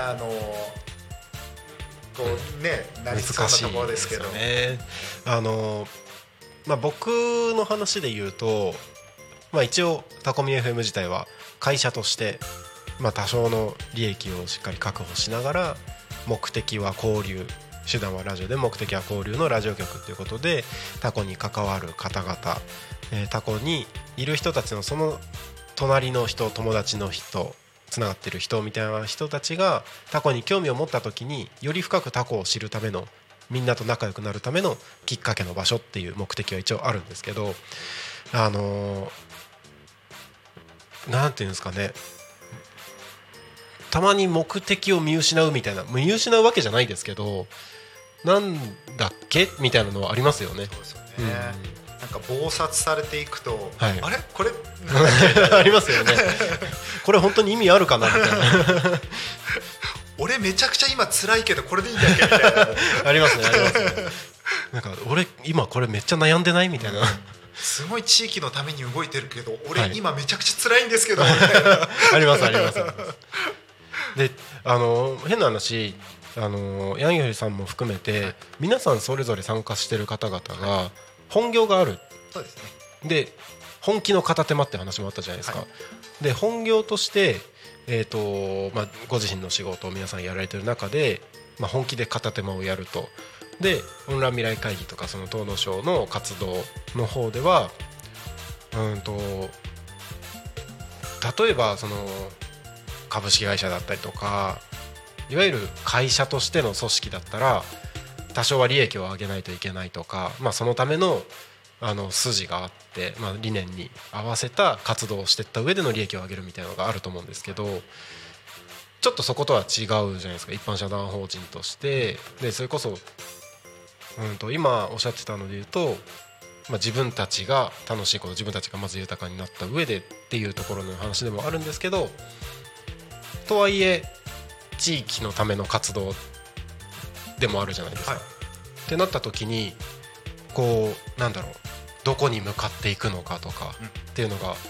こうね、なりそうなところですけど、 難しいですよね。まあ、僕の話で言うと、まあ、一応タコミ FM 自体は会社として、まあ、多少の利益をしっかり確保しながら、目的は交流、手段はラジオで目的は交流のラジオ局ということで、タコに関わる方々、タコにいる人たちのその隣の人、友達の人、つながってる人みたいな人たちがタコに興味を持った時に、より深くタコを知るための、みんなと仲良くなるためのきっかけの場所っていう目的は一応あるんですけど、なんていうんですかね、たまに目的を見失うみたいな、見失うわけじゃないですけど、なんだっけみたいなのはありますよね。 そうですよね、なんか忙殺されていくと、 はいあれこれなんだっけありますよね。これ本当に意味あるかなみたいな。 俺めちゃくちゃ今辛いけどこれでいいんだっけみたいなありますね、ありますね。なんか俺今これめっちゃ悩んでないみたいな。 すごい地域のために動いてるけど俺はい今めちゃくちゃ辛いんですけどみたいなありますありますあります。で変な話、ヤンギョリさんも含めて、皆さんそれぞれ参加してる方々が本業がある。 そうですね。 で本気の片手間って話もあったじゃないですか、 はい、 で本業として、まあ、ご自身の仕事を皆さんやられてる中で、まあ、本気で片手間をやると。でオンライン未来会議とかその東野省の活動の方では例えばその株式会社だったりとか、いわゆる会社としての組織だったら多少は利益を上げないといけないとか、まあ、そのための筋があって、まあ、理念に合わせた活動をしていった上での利益を上げるみたいなのがあると思うんですけど、ちょっとそことは違うじゃないですか、一般社団法人として。でそれこそ今おっしゃってたので言うと、まあ、自分たちが楽しいこと、自分たちがまず豊かになった上でっていうところの話でもあるんですけど、とはいえ地域のための活動でもあるじゃないですか、 はい、 ってなった時にこうなんだろう、どこに向かっていくのかとかっていうのが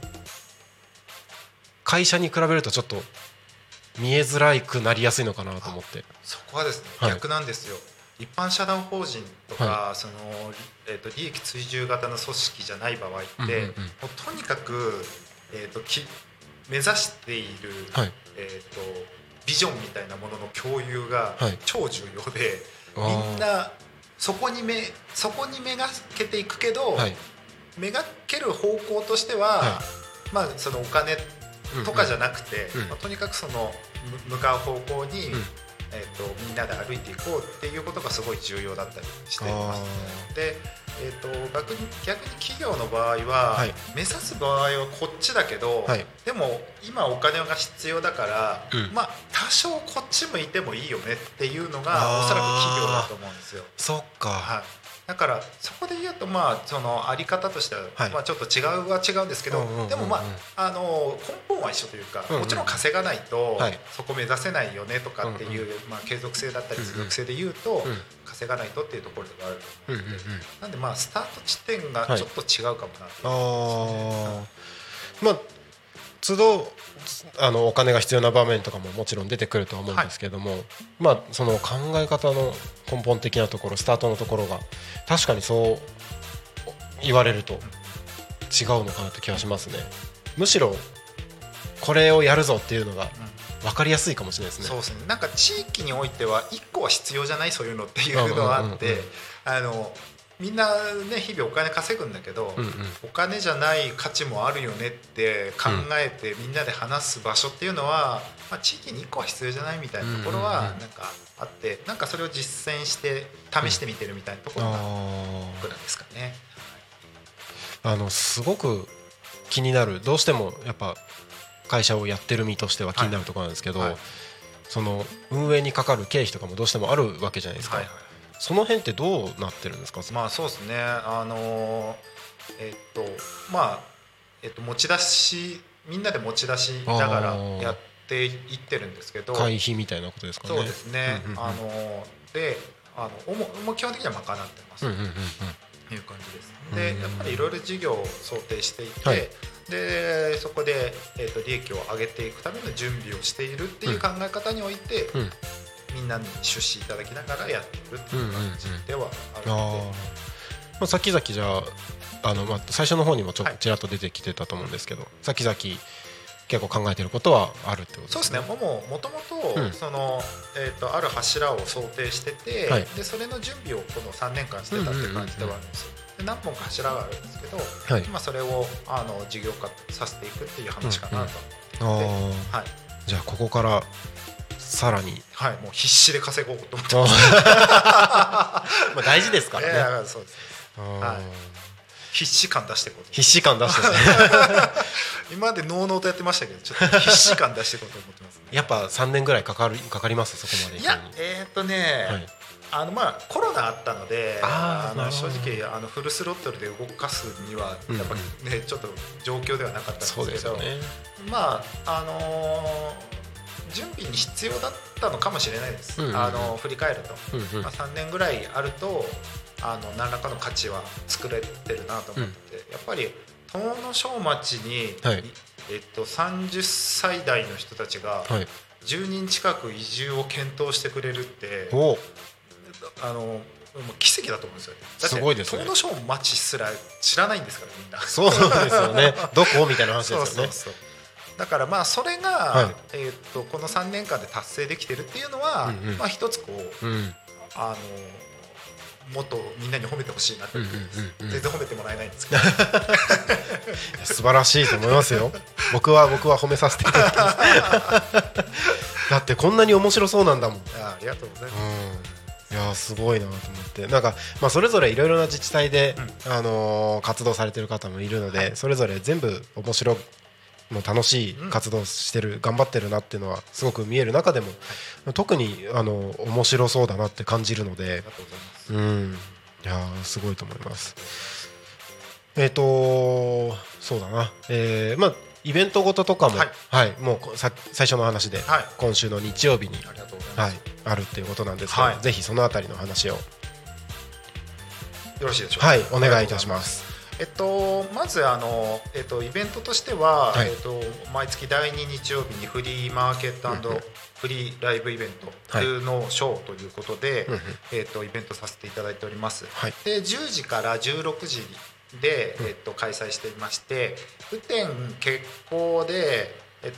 会社に比べるとちょっと見えづらくなりやすいのかなと思って。 そこはですね、 はい、 逆なんですよ。一般社団法人とか、 はその利益追従型の組織じゃない場合って、 うんうんうん、 もうとにかく、目指している、 はい、 ビジョンみたいなものの共有が超重要で、 はい、 みんなそこにめがけていくけど、はい、めがける方向としては、はい、まあ、そのお金とかじゃなくて、まあ、とにかくその向かう方向に、みんなで歩いていこうっていうことがすごい重要だったりしています。で、逆に企業の場合は、はい、目指す場合はこっちだけど、はい、でも今お金が必要だから、まあ多少こっち向いてもいいよねっていうのがおそらく企業だと思うんですよ。 そっか、はい、 だからそこで言うと、まあそのあり方としては、はい、まあ、ちょっと違うんですけど、でもまあ根本は一緒というか、もちろん稼がないとそこ目指せないよねとかっていう、まあ、継続性だったり持続性で言うと、稼がないとっていうところではある、なんでまあスタート地点がちょっと違うかもなと思いますね。 まあ都度お金が必要な場面とかももちろん出てくるとは思うんですけども、その考え方の根本的なところ、スタートのところが確かにそう言われると違うのかなって気がしますね。むしろこれをやるぞっていうのが分かりやすいかもしれないですね。 そうですね。なんか地域においては1個は必要じゃない、そういうのっていうのはあって、みんなね日々お金稼ぐんだけど、お金じゃない価値もあるよねって考えてみんなで話す場所っていうのは、地域に1個は必要じゃないみたいなところはなんかあって、なんかそれを実践して試してみてるみたいなところが僕らですかね。 すごく気になる、どうしてもやっぱ会社をやってる身としては気になるところなんですけど、その運営にかかる経費とかもどうしてもあるわけじゃないですか。その辺ってどうなってるんですか。 そうですね。持ち出し、みんなで持ち出しながらやっていってるんですけど、 会費みたいなことですかね。 そうですね。で基本的には賄ってますという感じです。でやっぱりいろいろ事業を想定していて、でそこで、利益を上げていくための準備をしているっていう考え方において、みんなに出資いただきながらやってるっていう感じではあるので、 先々じゃあ最初の方にもちょっとちらっと出てきてたと思うんですけど、先々結構考えてることはあるってことですね。 そうですね。もともとそのある柱を想定してて、でそれの準備をこの3年間してたっていう感じではあるんですよ。で何本か柱があるんですけど、今それを事業化させていくっていう話かなと思って、 じゃあここからさらに、 もう必死で稼ごうと思ってます。 大事ですからね。 そうです。必死感出していこうと。 必死感出して今までノーノーとやってましたけど、ちょっと必死感出していこうと思ってます、ね。 やっぱ3年ぐらいかかりますそこまで。 いやコロナあったので、正直フルスロットルで動かすにはやっぱね、ちょっと状況ではなかったんですけど、準備に必要だったのかもしれないです。振り返ると、3年ぐらいあると何らかの価値は作れてるなと思って、やっぱり遠野小町に、30歳代の人たちが10人近く移住を検討してくれるって、もう奇跡だと思うんですよね。だってすごいですね。遠野小町すら知らないんですからみんな。 そうですよね。どこみたいな話ですよね。 だからそれが、この3年間で達成できてるっていうのは、一つこう、もっとみんなに褒めてほしいなって、全然褒めてもらえないんですけど素晴らしいと思いますよ。僕は褒めさせていただきますだってこんなに面白そうなんだもん。 ありがとうございます。 いやすごいなと思って、なんか、それぞれいろいろな自治体で、活動されてる方もいるので、それぞれ全部面白い楽しい活動してる、頑張ってるなっていうのはすごく見える中でも、特に面白そうだなって感じるので、いやすごいと思います。そうだな、イベントごととかも、もう最初の話で、今週の日曜日にあるっていうことなんですけど、ぜひそのあたりの話をよろしいでしょうか。 お願いいたします。 まずイベントとしては、毎月第2日曜日にフリーマーケット& フリーライブイベントのショーということで、イベントさせていただいております。で10時から16時で、開催していまして、雨天決行で、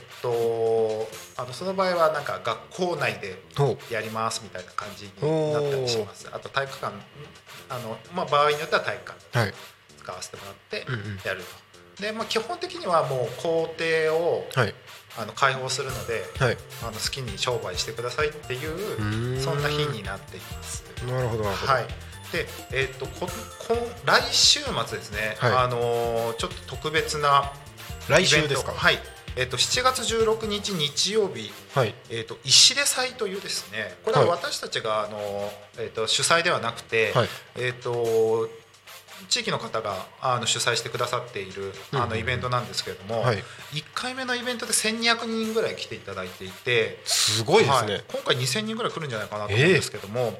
その場合はなんか学校内でやりますみたいな感じになったりします。あと体育館、場合によっては体育館使わせてもらってやると。で、基本的にはもう校庭を、開放するので、好きに商売してくださいっていうそんな日になっています。 なるほどなるほど。 で、来週末ですね、ちょっと特別な来週ですか。 7月16日日曜日、石出祭というですね、これは私たちが主催ではなくて、地域の方が主催してくださっているイベントなんですけれども、1回目のイベントで1200人ぐらい来ていただいていて、 すごいですね。 今回2000人ぐらい来るんじゃないかなと思うんですけども、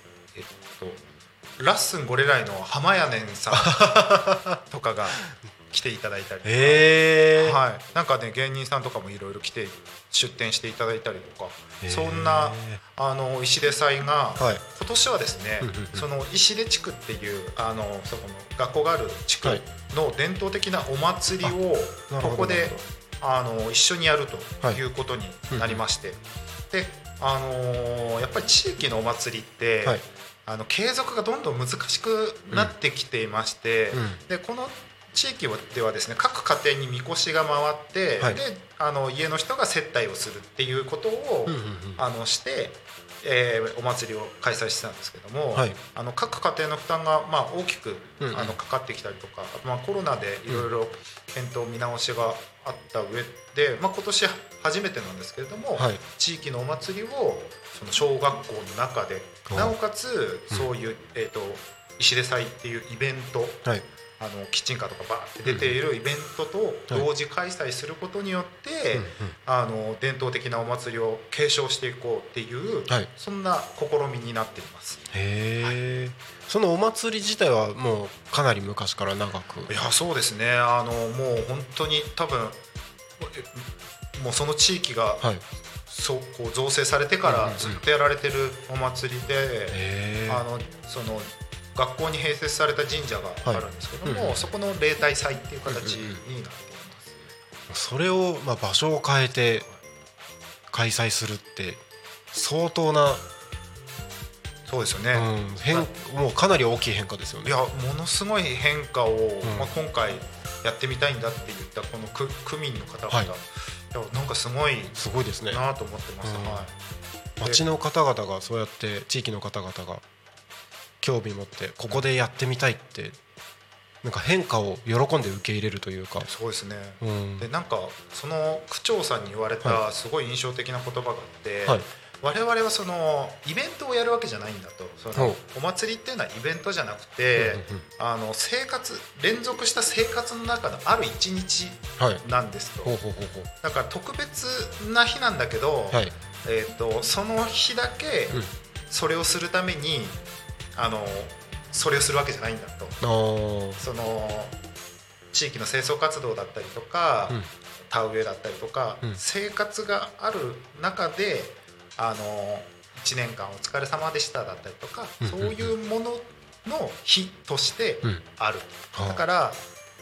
ラッスンゴレライの浜屋根さんとかが来ていただいたりとか、はい、なんかね芸人さんとかもいろいろ来て出店していただいたりとか、そんな石出祭が、今年はですね、その石出地区っていうそこの学校がある地区の伝統的なお祭りをここで一緒にやるということになりまして、でやっぱり地域のお祭りって、継続がどんどん難しくなってきていまして、でこの地域ではですね各家庭にみこしが回って、で家の人が接待をするっていうことをして、お祭りを開催してたんですけども、各家庭の負担が大きくかかってきたりとか、コロナでいろいろ検討見直しがあった上で、今年初めてなんですけれども、地域のお祭りをその小学校の中でなおかつそういう、石出祭っていうイベント、キッチンカーとかバーって出ているイベントと同時開催することによって、伝統的なお祭りを継承していこうっていう、そんな試みになっています。 へー、そのお祭り自体はもうかなり昔から長く。 いやそうですね、もう本当に多分もうその地域が、そうこう造成されてからずっとやられてるお祭りで、その学校に併設された神社があるんですけども、そこの例大祭っていう形になっています。 それを場所を変えて開催するって相当な、 そうですよね、 もうかなり大きい変化ですよね。 いやものすごい変化を、今回やってみたいんだって言ったこの区民の方々、いやなんかすごいですねなと思ってます。 町の方々がそうやって地域の方々が興味持ってここでやってみたいってなんか変化を喜んで受け入れるというか。 そうですね、でなんかその区長さんに言われたすごい印象的な言葉があって、我々はそのイベントをやるわけじゃないんだと、そのお祭りっていうのはイベントじゃなくて、連続した生活の中のある一日なんですと、だから特別な日なんだけど、その日だけそれをするためにそれをするわけじゃないんだと、その地域の清掃活動だったりとか、田植えだったりとか、生活がある中で1年間お疲れ様でしただったりとか、そういうものの日としてある、だから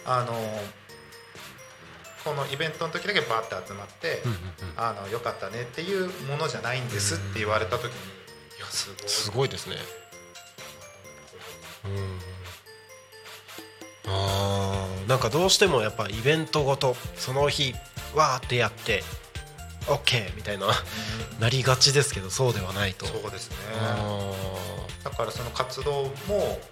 このイベントの時だけバーって集まって、よかったねっていうものじゃないんですって言われた時に、いやすごいですね。なんかどうしてもやっぱイベントごとその日わーってやって OK みたいななりがちですけど、そうではないと。 そうですね。だからその活動も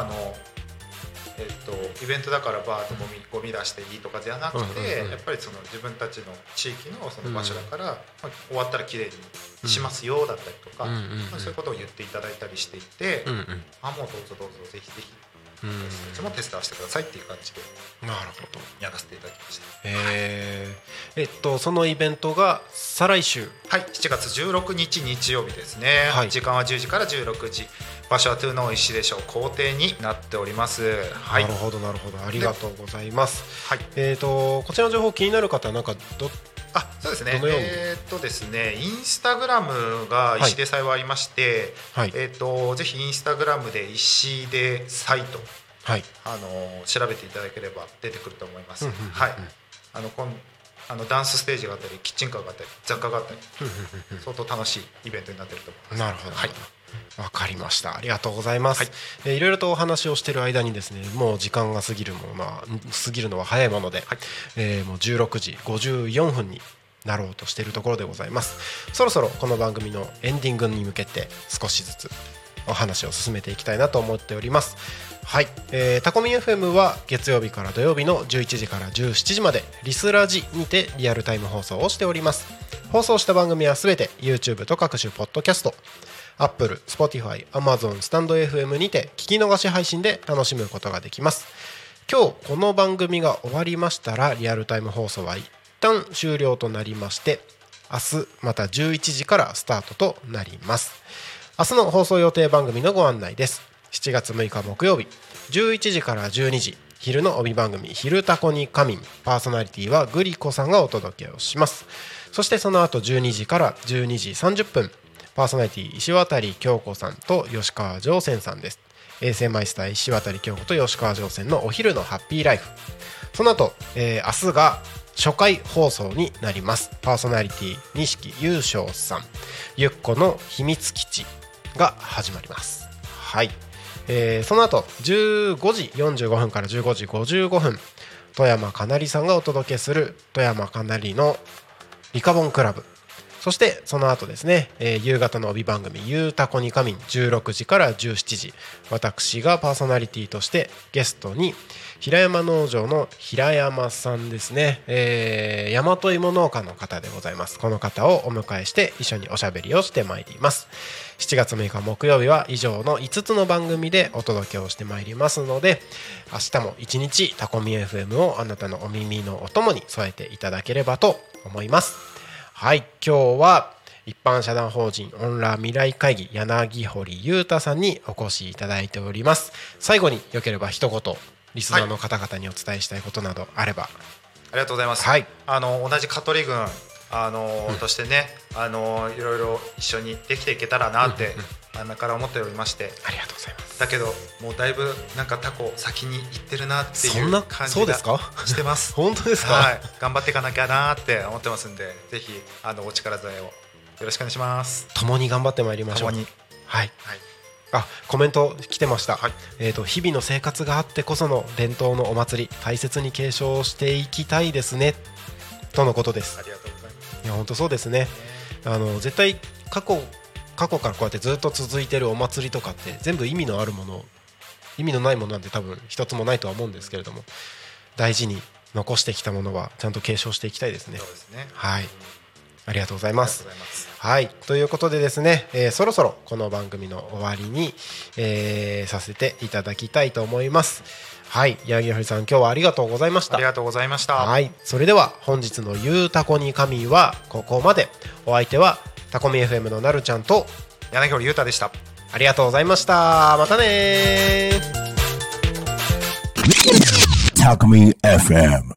イベントだからバーッとゴミ出していいとかじゃなくて、やっぱりその自分たちの地域のその場所だから、終わったらきれいにしますよだったりとか、そういうことを言っていただいたりしていて、もうどうぞどうぞぜひぜひそっちも手伝わせてくださいっていう感じでやらせていただきました。 そのイベントが再来週、 7月16日日曜日ですね、時間は10時から16時、場所はトゥーノー石出小校庭になっております。 なるほどなるほど、ありがとうございます。こちらの情報気になる方はなんかそうですね、ですね、インスタグラムが石出祭はありまして、ぜひインスタグラムで石出祭と、調べていただければ出てくると思います。ダンスステージがあったりキッチンカーがあったり雑貨があったり相当楽しいイベントになっていると思います。 なるほど、わかりました、ありがとうございます。いろいろとお話をしている間にですね、もう時間が過ぎるのは早いもので、もう16時54分になろうとしているところでございます。そろそろこの番組のエンディングに向けて少しずつお話を進めていきたいなと思っております。タコミ FM は月曜日から土曜日の11時から17時までリスラジにてリアルタイム放送をしております。放送した番組はすべて YouTube と各種ポッドキャスト、Apple、Spotify、Amazon、スタンド FM にて聞き逃し配信で楽しむことができます。今日この番組が終わりましたらリアルタイム放送は一旦終了となりまして、明日また11時からスタートとなります。明日の放送予定番組のご案内です。7月6日木曜日11時から12時昼の帯番組昼タコに仮眠、パーソナリティはグリコさんがお届けをします。そしてその後12時から12時30分、パーソナリティ石渡京子さんと吉川上泉さんです。衛星マイスター石渡京子と吉川上泉のお昼のハッピーライフ。その後、明日が初回放送になります。パーソナリティ錦優勝さん、ゆっこの秘密基地が始まります。はい、その後15時45分から15時55分、富山かなりさんがお届けする富山かなりのリカボンクラブ。そしてその後ですね、夕方の帯番組ゆうたこに仮眠16時から17時、私がパーソナリティとしてゲストに平山農場の平山さんですね、大和芋農家の方でございます。この方をお迎えして一緒におしゃべりをしてまいります。7月6日木曜日は以上の5つの番組でお届けをしてまいりますので、明日も一日タコミ FM をあなたのお耳のお供に添えていただければと思います。はい、今日は一般社団法人オンラー未来会議柳堀裕太さんにお越しいただいております。最後によければ一言リスナーの方々にお伝えしたいことなどあれば。 ありがとうございます。 はい、 同じ香取郡としてね、いろいろ一緒にできていけたらなって鼻から思っておりまして。 ありがとうございます。 だけどもうだいぶなんかタコ先に行ってるなっていう感じがしてます。 本当ですか？ はい、頑張っていかなきゃなって思ってますんで、ぜひお力添えをよろしくお願いします。 共に頑張ってまいりましょう。 共に。 はい、はい、コメント来てました。 はい、 日々の生活があってこその伝統のお祭り、大切に継承していきたいですねとのことです。 ありがとうございます。 いや本当そうですね。絶対過去からこうやってずっと続いてるお祭りとかって全部意味のあるもの、意味のないものなんて多分一つもないとは思うんですけれども、大事に残してきたものはちゃんと継承していきたいですね。 そうですね。 はい、ありがとうございます。 ありがとうございます。 はい、ということでですね、そろそろこの番組の終わりに、させていただきたいと思います。はい、柳堀さん今日はありがとうございました。 ありがとうございました。 はい、それでは本日のゆうたこに神はここまで。お相手はタコミ FM のなるちゃんと柳堀裕太でした。 ありがとうございました。またね。 タコミ FM